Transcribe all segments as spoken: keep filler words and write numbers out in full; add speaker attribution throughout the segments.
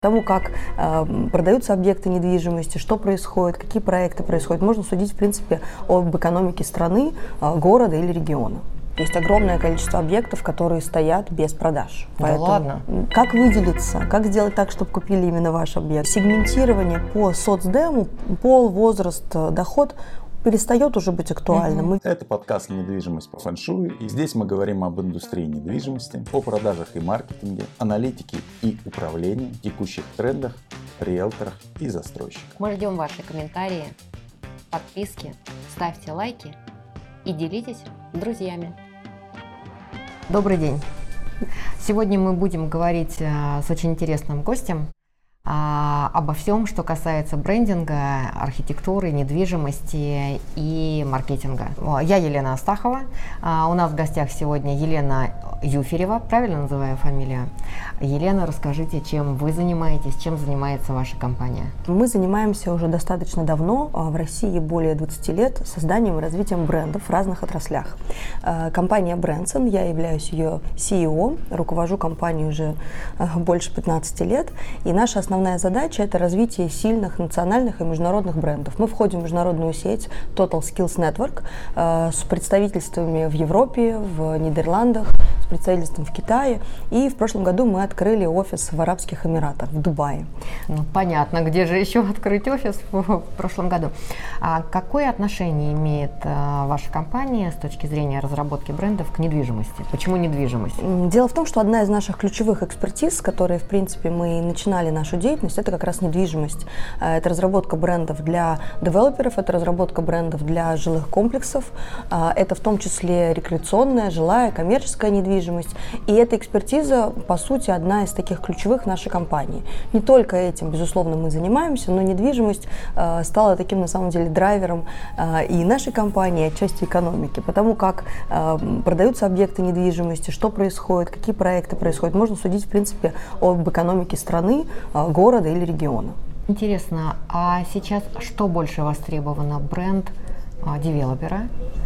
Speaker 1: Тому, как э, продаются объекты недвижимости, что происходит, какие проекты происходят, можно судить, в принципе, об экономике страны, э, города или региона. Есть огромное количество объектов, которые стоят без продаж.
Speaker 2: Да
Speaker 1: Поэтому
Speaker 2: ладно?
Speaker 1: Как выделиться, как сделать так, чтобы купили именно ваш объект? Сегментирование по соцдему, пол, возраст, доход перестает уже быть актуальным.
Speaker 3: Mm-hmm. Это подкаст «Недвижимость по фэншую», и здесь мы говорим об индустрии недвижимости, о продажах и маркетинге, аналитике и управлении, текущих трендах, риэлторах и застройщиках.
Speaker 2: Мы ждем ваши комментарии, подписки, ставьте лайки и делитесь с друзьями. Добрый день! Сегодня мы будем говорить с очень интересным гостем а, обо всем, что касается брендинга, архитектуры, недвижимости и маркетинга. Я Елена Астахова. А, у нас в гостях сегодня Елена Юферева, правильно называю фамилию? Елена, расскажите, чем вы занимаетесь, чем занимается ваша компания?
Speaker 1: Мы занимаемся уже достаточно давно, в России более двадцати лет, созданием и развитием брендов в разных отраслях. Компания Брэнсон, я являюсь ее си и о, руковожу компанией уже больше пятнадцати лет, и наша основная задача – это развитие сильных национальных и международных брендов. Мы входим в международную сеть Total Skills Network с представительствами в Европе, в Нидерландах, с представительством в Китае, и в прошлом году мы открыли офис в Арабских Эмиратах, в Дубае.
Speaker 2: Ну, понятно, где же еще открыть офис в, в прошлом году. А какое отношение имеет а, ваша компания с точки зрения разработки брендов к недвижимости? Почему недвижимость?
Speaker 1: Дело в том, что одна из наших ключевых экспертиз, с которой, в принципе, мы начинали нашу деятельность, это как раз недвижимость. Это разработка брендов для девелоперов, это разработка брендов для жилых комплексов, это в том числе рекреационная, жилая, коммерческая недвижимость. И эта экспертиза, по сути, одна из таких ключевых в нашей компании. Не только этим, безусловно, мы занимаемся, но недвижимость э, стала таким, на самом деле, драйвером э, и нашей компании, и отчасти экономики. Потому как э, продаются объекты недвижимости, что происходит, какие проекты происходят, можно судить, в принципе, об экономике страны, э, города или региона.
Speaker 2: Интересно, а сейчас что больше востребовано, бренд э, девелопера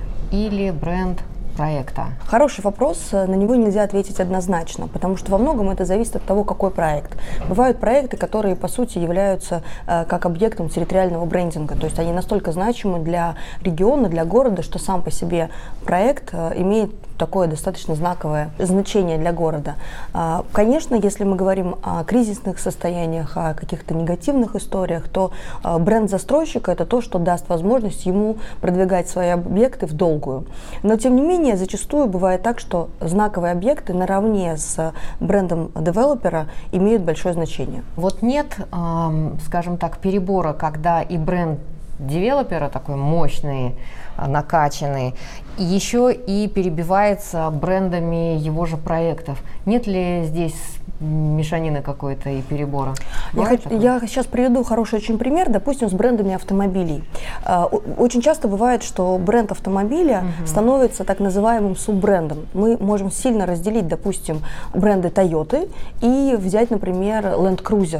Speaker 2: или бренд проекта?
Speaker 1: Хороший вопрос, на него нельзя ответить однозначно, потому что во многом это зависит от того, какой проект. Бывают проекты, которые, по сути, являются э, как объектом территориального брендинга, то есть они настолько значимы для региона, для города, что сам по себе проект э, имеет такое достаточно знаковое значение для города. Э, конечно, если мы говорим о кризисных состояниях, о каких-то негативных историях, то э, бренд застройщика – это то, что даст возможность ему продвигать свои объекты в долгую. Но, тем не менее, зачастую бывает так, что знаковые объекты наравне с брендом девелопера имеют большое значение.
Speaker 2: Вот нет, эм, скажем так, перебора, когда и бренд девелопера такой мощный, накачанный, еще и перебивается брендами его же проектов. Нет ли здесь мешанины какой-то и перебора?
Speaker 1: Я, хочу, я сейчас приведу хороший очень пример, допустим, с брендами автомобилей. Очень часто бывает, что бренд автомобиля угу. становится так называемым суббрендом. Мы можем сильно разделить, допустим, бренды Toyota и взять, например, Land Cruiser.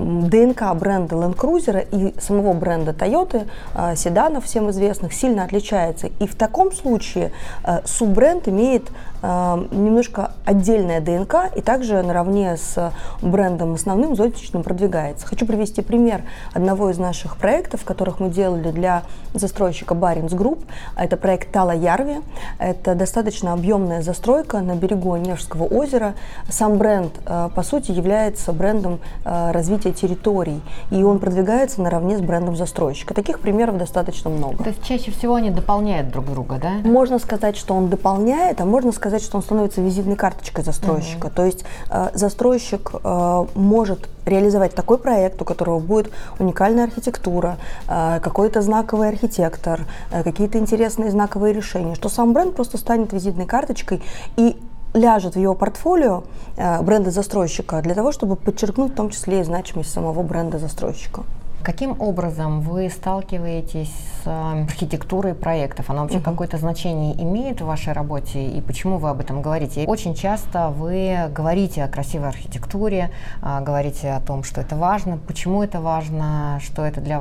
Speaker 1: ДНК бренда Land Cruiser и самого бренда Toyota, седанов всем известных, сильно отличается. И в таком случае суббренд имеет немножко отдельная ДНК и также наравне с брендом основным, зонтичным, продвигается. Хочу привести пример одного из наших проектов, которых мы делали для застройщика Barings Group. Это проект Тала Ярви. Это достаточно объемная застройка на берегу Онежского озера. Сам бренд, по сути, является брендом развития территорий, и он продвигается наравне с брендом застройщика. Таких примеров достаточно много.
Speaker 2: То есть чаще всего они дополняют друг друга, да?
Speaker 1: Можно сказать, что он дополняет, а можно сказать, что он становится визитной карточкой застройщика. Uh-huh. То есть э, застройщик э, может реализовать такой проект, у которого будет уникальная архитектура, э, какой-то знаковый архитектор, э, какие-то интересные знаковые решения, что сам бренд просто станет визитной карточкой и ляжет в его портфолио э, бренда застройщика для того, чтобы подчеркнуть в том числе и значимость самого бренда застройщика.
Speaker 2: Каким образом вы сталкиваетесь с архитектурой проектов? Она вообще uh-huh. какое-то значение имеет в вашей работе, и почему вы об этом говорите? Очень часто вы говорите о красивой архитектуре, говорите о том, что это важно, почему это важно, что это для вас?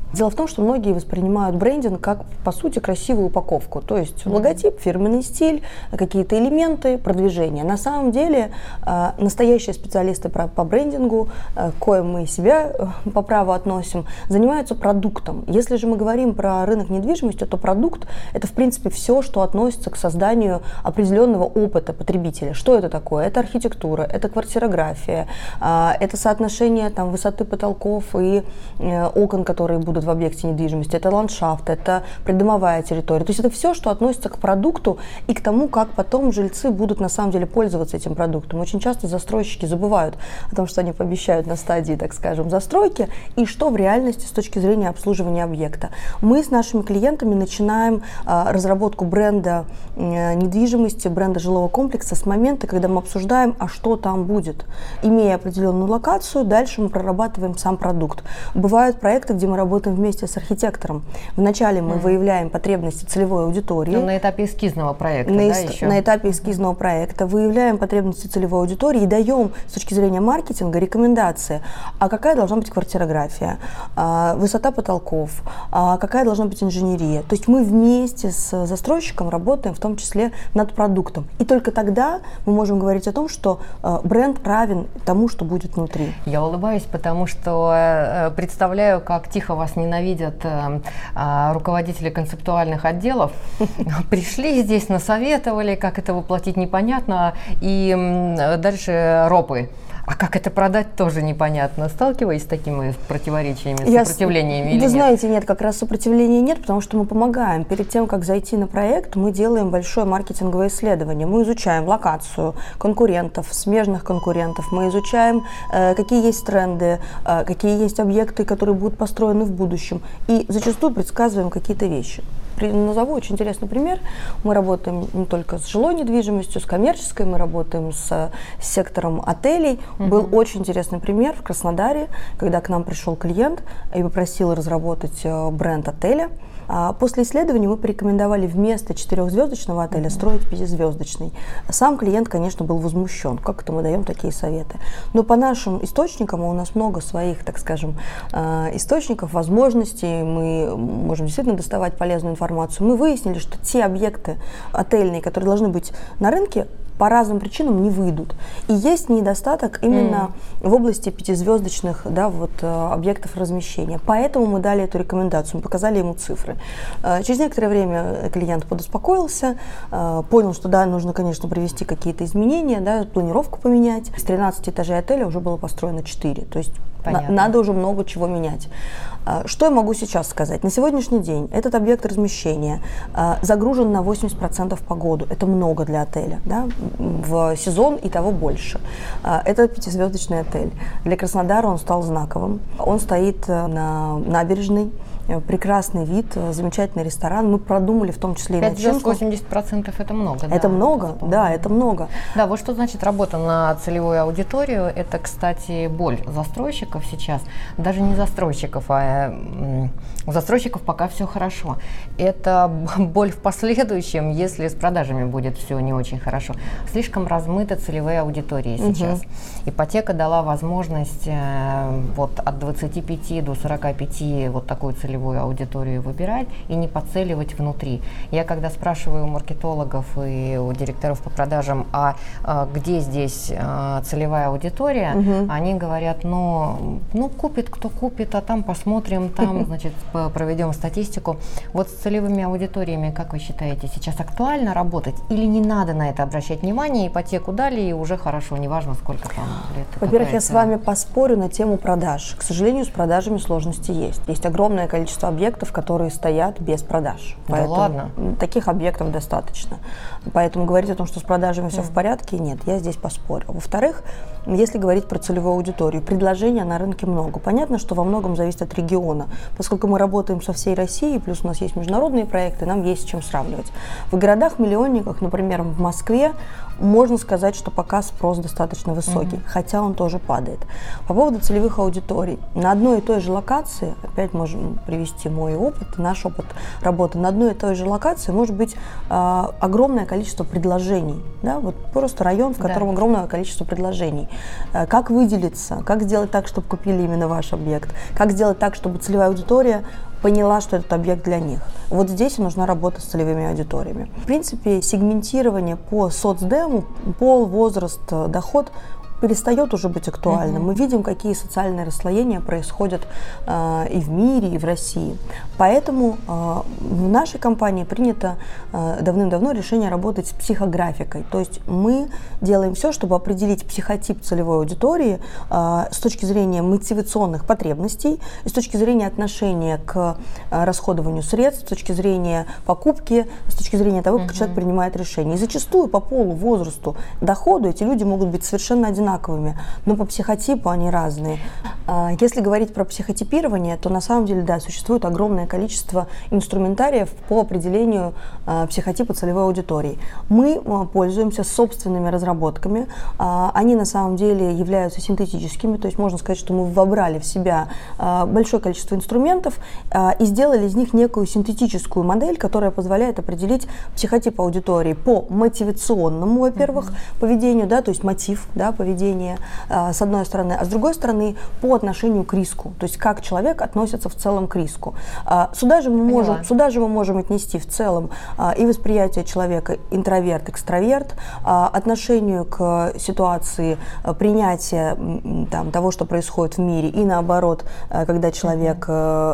Speaker 1: Дело в том, что многие воспринимают брендинг как, по сути, красивую упаковку. То есть mm-hmm. логотип, фирменный стиль, какие-то элементы, продвижения. На самом деле э, настоящие специалисты по, по брендингу, э, к коим мы себя э, по праву относим, занимаются продуктом. Если же мы говорим про рынок недвижимости, то продукт – это, в принципе, все, что относится к созданию определенного опыта потребителя. Что это такое? Это архитектура, это квартирография, э, это соотношение там, высоты потолков и э, окон, которые будут в объекте недвижимости, это ландшафт, это придомовая территория. То есть это все, что относится к продукту и к тому, как потом жильцы будут на самом деле пользоваться этим продуктом. Очень часто застройщики забывают о том, что они пообещают на стадии, так скажем, застройки, и что в реальности с точки зрения обслуживания объекта. Мы с нашими клиентами начинаем а, разработку бренда а, недвижимости, бренда жилого комплекса с момента, когда мы обсуждаем, а что там будет. Имея определенную локацию, дальше мы прорабатываем сам продукт. Бывают проекты, где мы работаем вместе с архитектором. Вначале мы mm. выявляем потребности целевой аудитории.
Speaker 2: Ну, на этапе эскизного проекта,
Speaker 1: на,
Speaker 2: да,
Speaker 1: эс-
Speaker 2: еще?
Speaker 1: на этапе эскизного проекта выявляем потребности целевой аудитории и даем с точки зрения маркетинга рекомендации, а какая должна быть квартирография, а, высота потолков, а, какая должна быть инженерия. То есть мы вместе с застройщиком работаем в том числе над продуктом. И только тогда мы можем говорить о том, что а, бренд равен тому, что будет внутри.
Speaker 2: Я улыбаюсь, потому что э, представляю, как тихо вас ненавидят э, э, руководители концептуальных отделов. Пришли здесь, насоветовали, как это воплотить непонятно, и э, дальше ропы. А как это продать, тоже непонятно. Сталкиваясь с такими противоречиями,
Speaker 1: Я
Speaker 2: сопротивлениями
Speaker 1: с...
Speaker 2: или
Speaker 1: Вы
Speaker 2: нет?
Speaker 1: знаете, нет, как раз сопротивления нет, потому что мы помогаем. Перед тем, как зайти на проект, мы делаем большое маркетинговое исследование. Мы изучаем локацию конкурентов, смежных конкурентов. Мы изучаем, э, какие есть тренды, э, какие есть объекты, которые будут построены в будущем. И зачастую предсказываем какие-то вещи. Назову очень интересный пример. Мы работаем не только с жилой недвижимостью, с коммерческой, мы работаем с, с сектором отелей. Uh-huh. Был очень интересный пример в Краснодаре, когда к нам пришел клиент и попросил разработать бренд отеля. После исследования мы порекомендовали вместо четырехзвездочного отеля строить пятизвездочный. Сам клиент, конечно, был возмущен. Как это мы даем такие советы? Но по нашим источникам, у нас много своих, так скажем, источников, возможностей, мы можем действительно доставать полезную информацию. Мы выяснили, что те объекты отельные, которые должны быть на рынке, по разным причинам не выйдут. И есть недостаток именно mm. в области пятизвездочных, да, вот, объектов размещения. Поэтому мы дали эту рекомендацию, мы показали ему цифры. Через некоторое время клиент подуспокоился, понял, что да, нужно, конечно, привести какие-то изменения, да, планировку поменять. С тринадцати этажей отеля уже было построено четыре. То есть на, надо уже много чего менять. Что я могу сейчас сказать? На сегодняшний день этот объект размещения загружен на восемьдесят процентов по году. Это много для отеля, да? В сезон и того больше. Это пятизвездочный отель. Для Краснодара он стал знаковым. Он стоит на набережной. Прекрасный вид, замечательный ресторан. Мы продумали в том числе и начинку.
Speaker 2: восемьдесят процентов это много.
Speaker 1: Это
Speaker 2: да,
Speaker 1: много,
Speaker 2: это
Speaker 1: да, это много.
Speaker 2: Да, вот что значит работа на целевую аудиторию. Это, кстати, боль застройщиков сейчас. Даже не застройщиков, а у застройщиков пока все хорошо. Это боль в последующем, если с продажами будет все не очень хорошо. Слишком размыты целевые аудитории сейчас. Угу. Ипотека дала возможность э, вот от двадцати пяти до сорока пяти вот такую целевую аудиторию выбирать и не подцеливать внутри. Я когда спрашиваю у маркетологов и у директоров по продажам, а, а где здесь а, целевая аудитория, угу. они говорят, ну, ну, купит кто купит, а там посмотрим, там, значит, проведем статистику. Вот с целевыми аудиториями, как вы считаете, сейчас актуально работать или не надо на это обращать внимание, ипотеку дали и уже хорошо, неважно, сколько там лет?
Speaker 1: Во-первых, я с вами поспорю на тему продаж. К сожалению, с продажами сложности есть. Есть огромное количество объектов, которые стоят без продаж.
Speaker 2: Да
Speaker 1: Поэтому
Speaker 2: ладно?
Speaker 1: Таких объектов достаточно. Поэтому говорить о том, что с продажами mm. все в порядке, нет, я здесь поспорю. Во-вторых, если говорить про целевую аудиторию, предложений на рынке много. Понятно, что во многом зависит от региона. Поскольку мы работаем со всей Россией, плюс у нас есть международные проекты, нам есть с чем сравнивать. В городах-миллионниках, например, в Москве, можно сказать, что пока спрос достаточно высокий, mm-hmm. хотя он тоже падает. По поводу целевых аудиторий. На одной и той же локации, опять можем привести привести мой опыт, наш опыт работы. На одной и той же локации может быть э, огромное количество предложений. Да? Вот просто район, в котором да. огромное количество предложений. Э, как выделиться, как сделать так, чтобы купили именно ваш объект, как сделать так, чтобы целевая аудитория поняла, что этот объект для них. Вот здесь и нужна работа с целевыми аудиториями. В принципе, сегментирование по соцдему, пол, возраст, доход перестает уже быть актуальным. Mm-hmm. Мы видим, какие социальные расслоения происходят э, и в мире, и в России. Поэтому э, в нашей компании принято э, давным-давно решение работать с психографикой. То есть мы делаем все, чтобы определить психотип целевой аудитории э, с точки зрения мотивационных потребностей, и с точки зрения отношения к э, расходованию средств, с точки зрения покупки, с точки зрения того, как mm-hmm. человек принимает решения. И зачастую по полу, возрасту, доходу эти люди могут быть совершенно одинаковыми. Но по психотипу они разные. Если говорить про психотипирование, то на самом деле, да, существует огромное количество инструментариев по определению психотипа целевой аудитории. Мы пользуемся собственными разработками. Они на самом деле являются синтетическими, то есть можно сказать, что мы вобрали в себя большое количество инструментов и сделали из них некую синтетическую модель, которая позволяет определить психотип аудитории по мотивационному, во-первых, mm-hmm. поведению, да, то есть мотив, да, поведение с одной стороны, а с другой стороны по отношению к риску, то есть как человек относится в целом к риску. Сюда же мы можем, сюда же мы можем отнести в целом и восприятие человека интроверт-экстраверт, отношению к ситуации принятия там, того, что происходит в мире, и наоборот, когда человек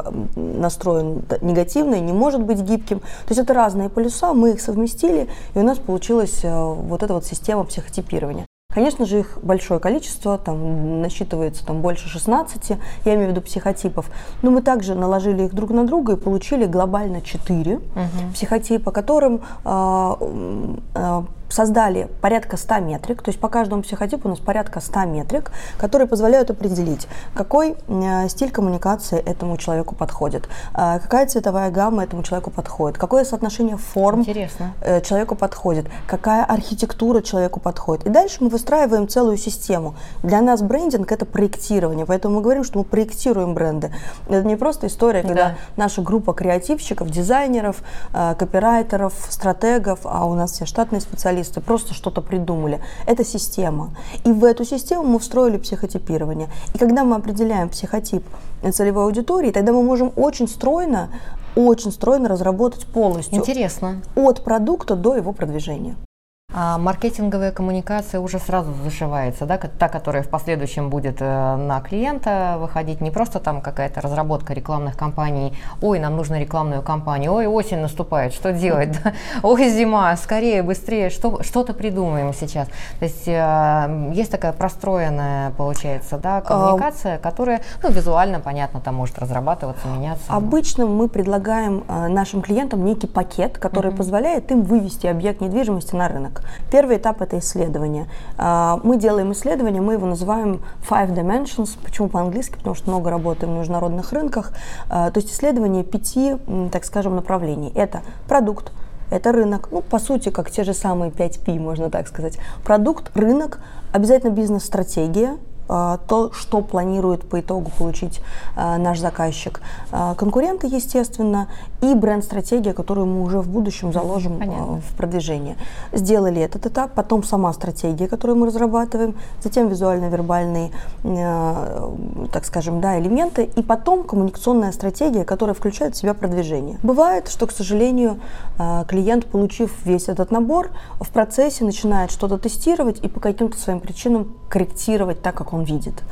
Speaker 1: настроен негативно и не может быть гибким. То есть это разные полюса, мы их совместили, и у нас получилась вот эта вот система психотипирования. Конечно же, их большое количество, там насчитывается там, больше шестнадцати, я имею в виду психотипов, но мы также наложили их друг на друга и получили глобально четыре uh-huh. психотипа, которым э, э, создали порядка ста метрик, то есть по каждому психотипу у нас порядка ста метрик, которые позволяют определить, какой э, стиль коммуникации этому человеку подходит, э, какая цветовая гамма этому человеку подходит, какое соотношение форм э, человеку подходит, какая архитектура человеку подходит. И дальше мы выстраиваем целую систему. Для нас брендинг – это проектирование, поэтому мы говорим, что мы проектируем бренды. Это не просто история, когда да. наша группа креативщиков, дизайнеров, э, копирайтеров, стратегов, а у нас все штатные специалисты, просто что-то придумали. Это система. И в эту систему мы встроили психотипирование. И когда мы определяем психотип целевой аудитории, тогда мы можем очень стройно, очень стройно разработать полностью
Speaker 2: Интересно.
Speaker 1: От продукта до его продвижения.
Speaker 2: А маркетинговая коммуникация уже сразу зашивается, да, та, которая в последующем будет на клиента выходить, не просто там какая-то разработка рекламных кампаний, ой, нам нужно рекламную кампанию, ой, осень наступает, что делать, да? Ой, зима, скорее, быстрее, что, что-то придумаем сейчас. То есть э, есть такая простроенная, получается, да, коммуникация, которая, ну, визуально, понятно, там может разрабатываться, меняться.
Speaker 1: Обычно мы предлагаем э, нашим клиентам некий пакет, который uh-huh. позволяет им вывести объект недвижимости на рынок. Первый этап – это исследование. Мы делаем исследование, мы его называем Five Dimensions. Почему по-английски? Потому что много работаем на международных рынках. То есть исследование пяти, так скажем, направлений. Это продукт, это рынок, ну, по сути, как те же самые пять пи, можно так сказать. Продукт, рынок, обязательно бизнес-стратегия, то, что планирует по итогу получить а, наш заказчик. А, конкуренты, естественно, и бренд-стратегия, которую мы уже в будущем заложим а, в продвижение. Сделали этот этап, потом сама стратегия, которую мы разрабатываем, затем визуально-вербальные, а, так скажем, да, элементы, и потом коммуникационная стратегия, которая включает в себя продвижение. Бывает, что, к сожалению, а, клиент, получив весь этот набор, в процессе начинает что-то тестировать и по каким-то своим причинам корректировать так, как он видит.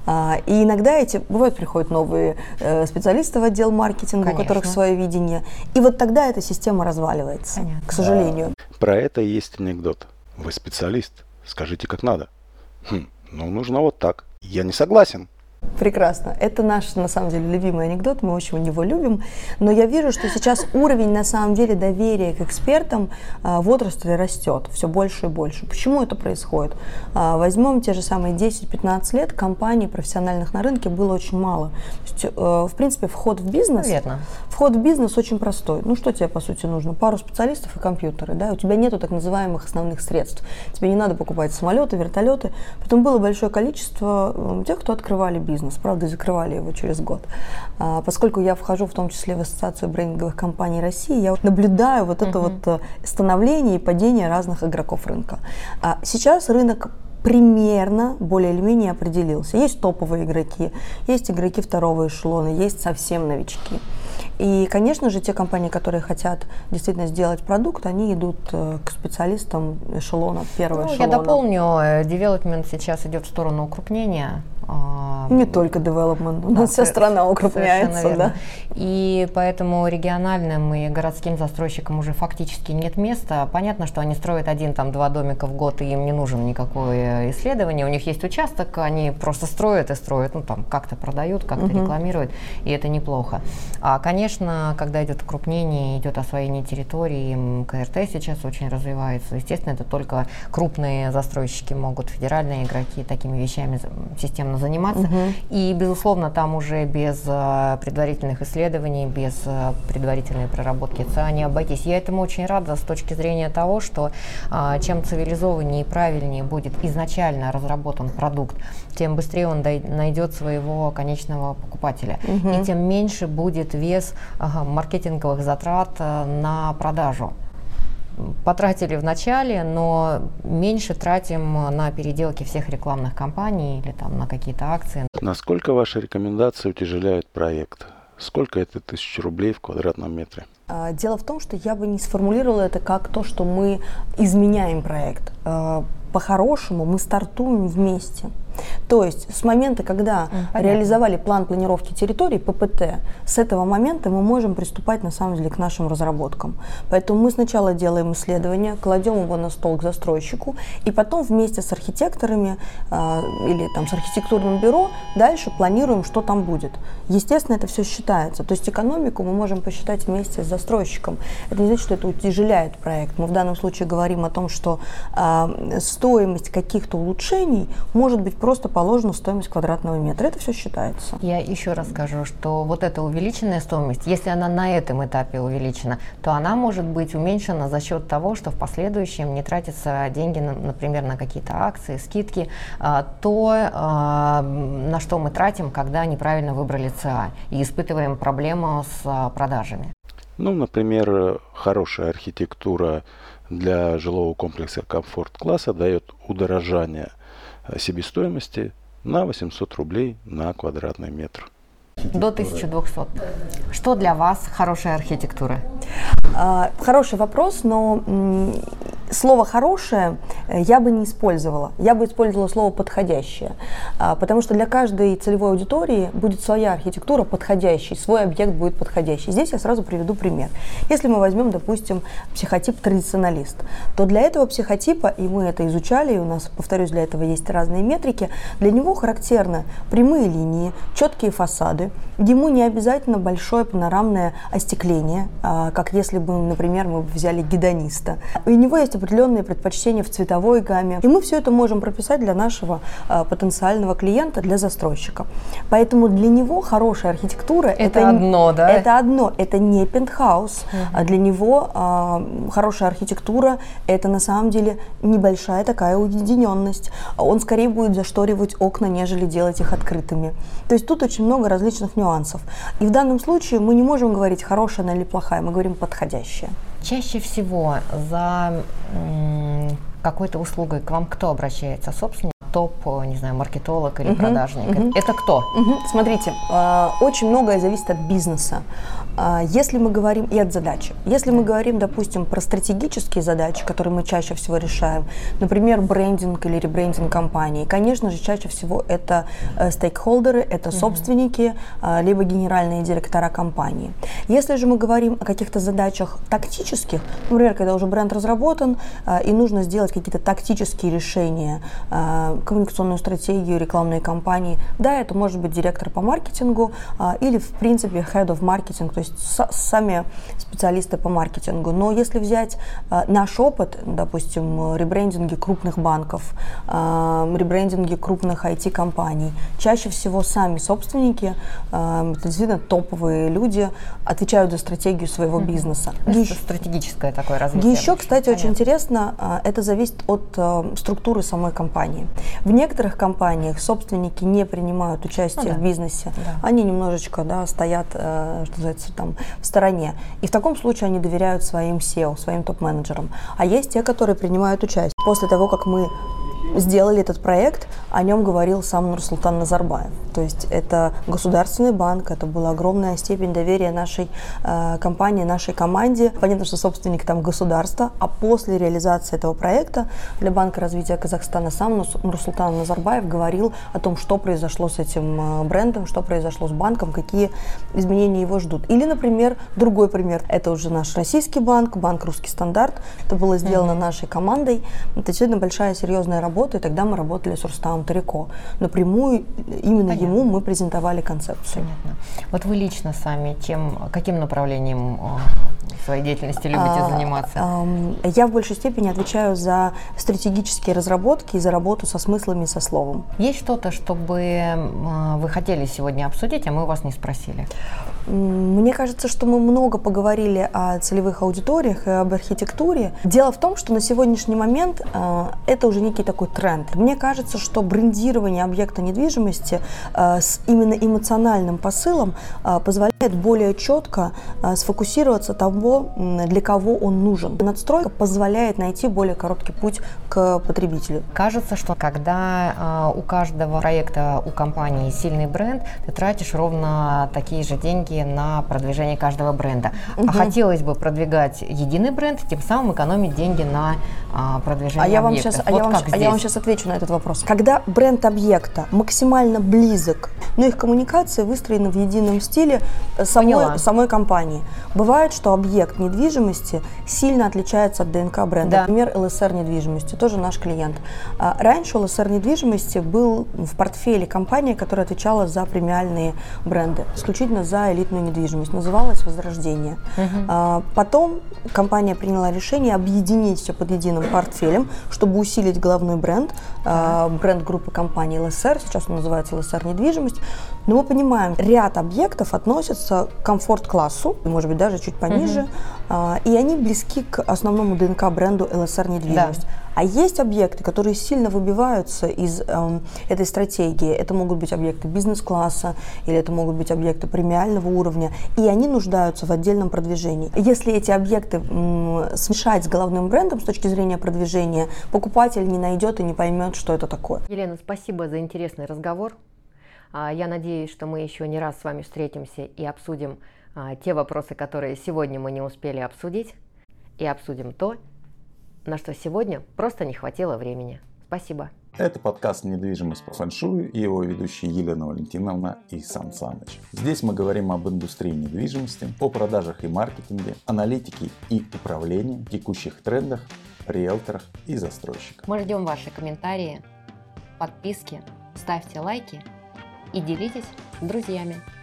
Speaker 1: И иногда эти, бывают, приходят новые специалисты в отдел маркетинга, Конечно. У которых свое видение, и вот тогда эта система разваливается, Понятно. К сожалению.
Speaker 3: Про это есть анекдот. Вы специалист, скажите, как надо. Хм, ну, нужно вот так. Я не согласен.
Speaker 1: Прекрасно. Это наш, на самом деле, любимый анекдот, мы очень его любим, но я вижу, что сейчас уровень, на самом деле, доверия к экспертам а, в отрасли растет все больше и больше. Почему это происходит? А, возьмем те же самые десять-пятнадцать лет, компаний профессиональных на рынке было очень мало. То есть, э, в принципе, вход в бизнес,
Speaker 2: Верно.
Speaker 1: вход в бизнес очень простой. Ну, что тебе, по сути, нужно? Пару специалистов и компьютеры, да? У тебя нету так называемых основных средств. Тебе не надо покупать самолеты, вертолеты. Потом было большое количество э, тех, кто открывали бизнес. бизнес, правда, и закрывали его через год. А, поскольку я вхожу в том числе в Ассоциацию брендинговых компаний России, я наблюдаю вот это uh-huh. вот становление и падение разных игроков рынка. А сейчас рынок примерно более или менее определился. Есть топовые игроки, есть игроки второго эшелона, есть совсем новички. И, конечно же, те компании, которые хотят действительно сделать продукт, они идут к специалистам эшелона, первого
Speaker 2: ну,
Speaker 1: эшелона.
Speaker 2: Я дополню, девелопмент сейчас идет в сторону укрупнения.
Speaker 1: Не только development, у нас да, вся страна укрупняется. Да?
Speaker 2: И поэтому региональным и городским застройщикам уже фактически нет места. Понятно, что они строят один, там, два домика в год, и им не нужно никакое исследование. У них есть участок, они просто строят и строят, ну там как-то продают, как-то uh-huh. рекламируют, и это неплохо. А, конечно, когда идет укрупнение, идет освоение территории, КРТ сейчас очень развивается. Естественно, это только крупные застройщики могут, федеральные игроки такими вещами системно заниматься. Угу. И, безусловно, там уже без uh, предварительных исследований, без uh, предварительной проработки ЦА не обойтись. Я этому очень рада с точки зрения того, что uh, чем цивилизованнее и правильнее будет изначально разработан продукт, тем быстрее он дой- найдет своего конечного покупателя. Угу. И тем меньше будет вес uh, маркетинговых затрат uh, на продажу. Потратили в начале, но меньше тратим на переделки всех рекламных кампаний или там на какие-то акции.
Speaker 4: Насколько ваши рекомендации утяжеляют проект? Сколько это тысяч рублей в квадратном метре?
Speaker 1: Дело в том, что я бы не сформулировала это как то, что мы изменяем проект. По-хорошему мы стартуем вместе. То есть с момента, когда Понятно. реализовали план планировки территорий, ППТ, с этого момента мы можем приступать на самом деле к нашим разработкам. Поэтому мы сначала делаем исследование, кладем его на стол к застройщику, и потом вместе с архитекторами э, или там, с архитектурным бюро дальше планируем, что там будет. Естественно, это все считается. То есть экономику мы можем посчитать вместе с застройщиком. Это не значит, что это утяжеляет проект. Мы в данном случае говорим о том, что э, стоимость каких-то улучшений может быть просто положена стоимость квадратного метра. Это все считается.
Speaker 2: Я еще раз скажу, что вот эта увеличенная стоимость, если она на этом этапе увеличена, то она может быть уменьшена за счет того, что в последующем не тратятся деньги, например, на какие-то акции, скидки, то, на что мы тратим, когда неправильно выбрали ЦА и испытываем проблему с продажами.
Speaker 4: Ну, например, хорошая архитектура для жилого комплекса комфорт-класса дает удорожание себестоимости на восемьсот рублей на квадратный метр.
Speaker 2: До тысячи двухсот. Что для вас хорошая архитектура?
Speaker 1: А, хороший вопрос, но м, слово «хорошее» я бы не использовала. Я бы использовала слово «подходящее», а, потому что для каждой целевой аудитории будет своя архитектура подходящей, свой объект будет подходящий. Здесь я сразу приведу пример. Если мы возьмем, допустим, психотип традиционалист, то для этого психотипа, и мы это изучали, и у нас, повторюсь, для этого есть разные метрики, для него характерны прямые линии, четкие фасады, ему не обязательно большое панорамное остекление, а, как если бы, например, мы взяли гедониста. У него есть определенные предпочтения в цветовой гамме, и мы все это можем прописать для нашего а, потенциального клиента, для застройщика. Поэтому для него хорошая архитектура
Speaker 2: это, это одно, да?
Speaker 1: Это одно, это не пентхаус, uh-huh. а для него а, хорошая архитектура это на самом деле небольшая такая уединенность. Он скорее будет зашторивать окна, нежели делать их открытыми. То есть тут очень много различных нюансов. И в данном случае мы не можем говорить, хорошая она или плохая, мы говорим подходящая.
Speaker 2: Чаще всего за м, какой-то услугой к вам кто обращается? Собственник, топ, не знаю, маркетолог или uh-huh, продажник? Uh-huh. Это кто?
Speaker 1: Uh-huh. Смотрите, э, очень многое зависит от бизнеса. Э, если мы говорим и от задачи. Если мы говорим, допустим, про стратегические задачи, которые мы чаще всего решаем, например, брендинг или ребрендинг компании, конечно же, чаще всего это э, стейкхолдеры, это uh-huh. собственники, э, либо генеральные директора компании. Если же мы говорим о каких-то задачах тактических, например, когда уже бренд разработан э, и нужно сделать какие-то тактические решения, э, коммуникационную стратегию, рекламные кампании. Да, это может быть директор по маркетингу а, или, в принципе, head of marketing, то есть с, сами специалисты по маркетингу. Но если взять а, наш опыт, допустим, ребрендинги крупных банков, а, ребрендинги крупных ай ти-компаний, чаще всего сами собственники, а, это действительно топовые люди, отвечают за стратегию своего mm-hmm. бизнеса.
Speaker 2: Это Еще, стратегическое такое развитие.
Speaker 1: Еще, кстати, Понятно. Очень интересно, а, это зависит от а, структуры самой компании. В некоторых компаниях собственники не принимают участие
Speaker 2: ну, да.
Speaker 1: в бизнесе,
Speaker 2: да.
Speaker 1: они немножечко да, стоят, что называется, там, в стороне. И в таком случае они доверяют своим сео, своим топ-менеджерам. А есть те, которые принимают участие. После того, как мы сделали этот проект, о нем говорил сам Нурсултан Назарбаев. То есть это государственный банк, это была огромная степень доверия нашей э, компании, нашей команде. Понятно, что собственник там государство, а после реализации этого проекта для Банка развития Казахстана сам Нурсултан Назарбаев говорил о том, что произошло с этим брендом, что произошло с банком, какие изменения его ждут. Или, например, другой пример. Это уже наш российский банк, банк «Русский стандарт». Это было сделано mm-hmm. нашей командой. Это действительно большая серьезная работа, и тогда мы работали с Рустамом Тарико. Напрямую именно Понятно. Ему мы презентовали концепцию.
Speaker 2: Понятно. Вот вы лично сами чем, каким направлением своей деятельности любите
Speaker 1: а,
Speaker 2: заниматься?
Speaker 1: А, я в большей степени отвечаю за стратегические разработки и за работу со смыслами и со словом.
Speaker 2: Есть что-то, чтобы вы хотели сегодня обсудить, а мы у вас не спросили?
Speaker 1: Мне кажется, что мы много поговорили о целевых аудиториях и об архитектуре. Дело в том, что на сегодняшний момент э, это уже некий такой тренд. Мне кажется, что брендирование объекта недвижимости э, с именно эмоциональным посылом э, позволяет более четко э, сфокусироваться того, для кого он нужен. Надстройка позволяет найти более короткий путь к потребителю.
Speaker 2: Кажется, что когда э, у каждого проекта, у компании сильный бренд, ты тратишь ровно такие же деньги на продвижение каждого бренда. Угу. А хотелось бы продвигать единый бренд, тем самым экономить деньги на а, продвижение
Speaker 1: а я вам
Speaker 2: объектов.
Speaker 1: Сейчас,
Speaker 2: вот
Speaker 1: а, я вам, а я вам сейчас отвечу на этот вопрос. Когда бренд объекта максимально близок, но их коммуникация выстроена в едином стиле самой, самой компании. Бывает, что объект недвижимости сильно отличается от ДНК бренда.
Speaker 2: Да.
Speaker 1: Например, эл эс эр недвижимости, тоже наш клиент. А раньше у эл эс эр недвижимости был в портфеле компания, которая отвечала за премиальные бренды, исключительно за элитные недвижимость, называлась «Возрождение». Uh-huh. А, потом компания приняла решение объединить все под единым портфелем, чтобы усилить головной бренд, uh-huh. а, бренд группы компании эл эс эр, сейчас он называется эл эс эр недвижимость. Но мы понимаем, ряд объектов относятся к комфорт-классу, может быть, даже чуть пониже, uh-huh. а, и они близки к основному ДНК бренду эл эс эр недвижимость. Да. А есть объекты, которые сильно выбиваются из э, этой стратегии. Это могут быть объекты бизнес-класса, или это могут быть объекты премиального уровня, и они нуждаются в отдельном продвижении. Если эти объекты м, смешать с головным брендом с точки зрения продвижения, покупатель не найдет и не поймет, что это такое.
Speaker 2: Елена, спасибо за интересный разговор. Я надеюсь, что мы еще не раз с вами встретимся и обсудим те вопросы, которые сегодня мы не успели обсудить, и обсудим то, на что сегодня просто не хватило времени. Спасибо.
Speaker 3: Это подкаст «Недвижимость по фэншую» и его ведущие Елена Валентиновна и Сан Саныч. Здесь мы говорим об индустрии недвижимости, о продажах и маркетинге, аналитике и управлении, текущих трендах, риэлторах и застройщиках.
Speaker 2: Мы ждем ваши комментарии, подписки, ставьте лайки и делитесь с друзьями.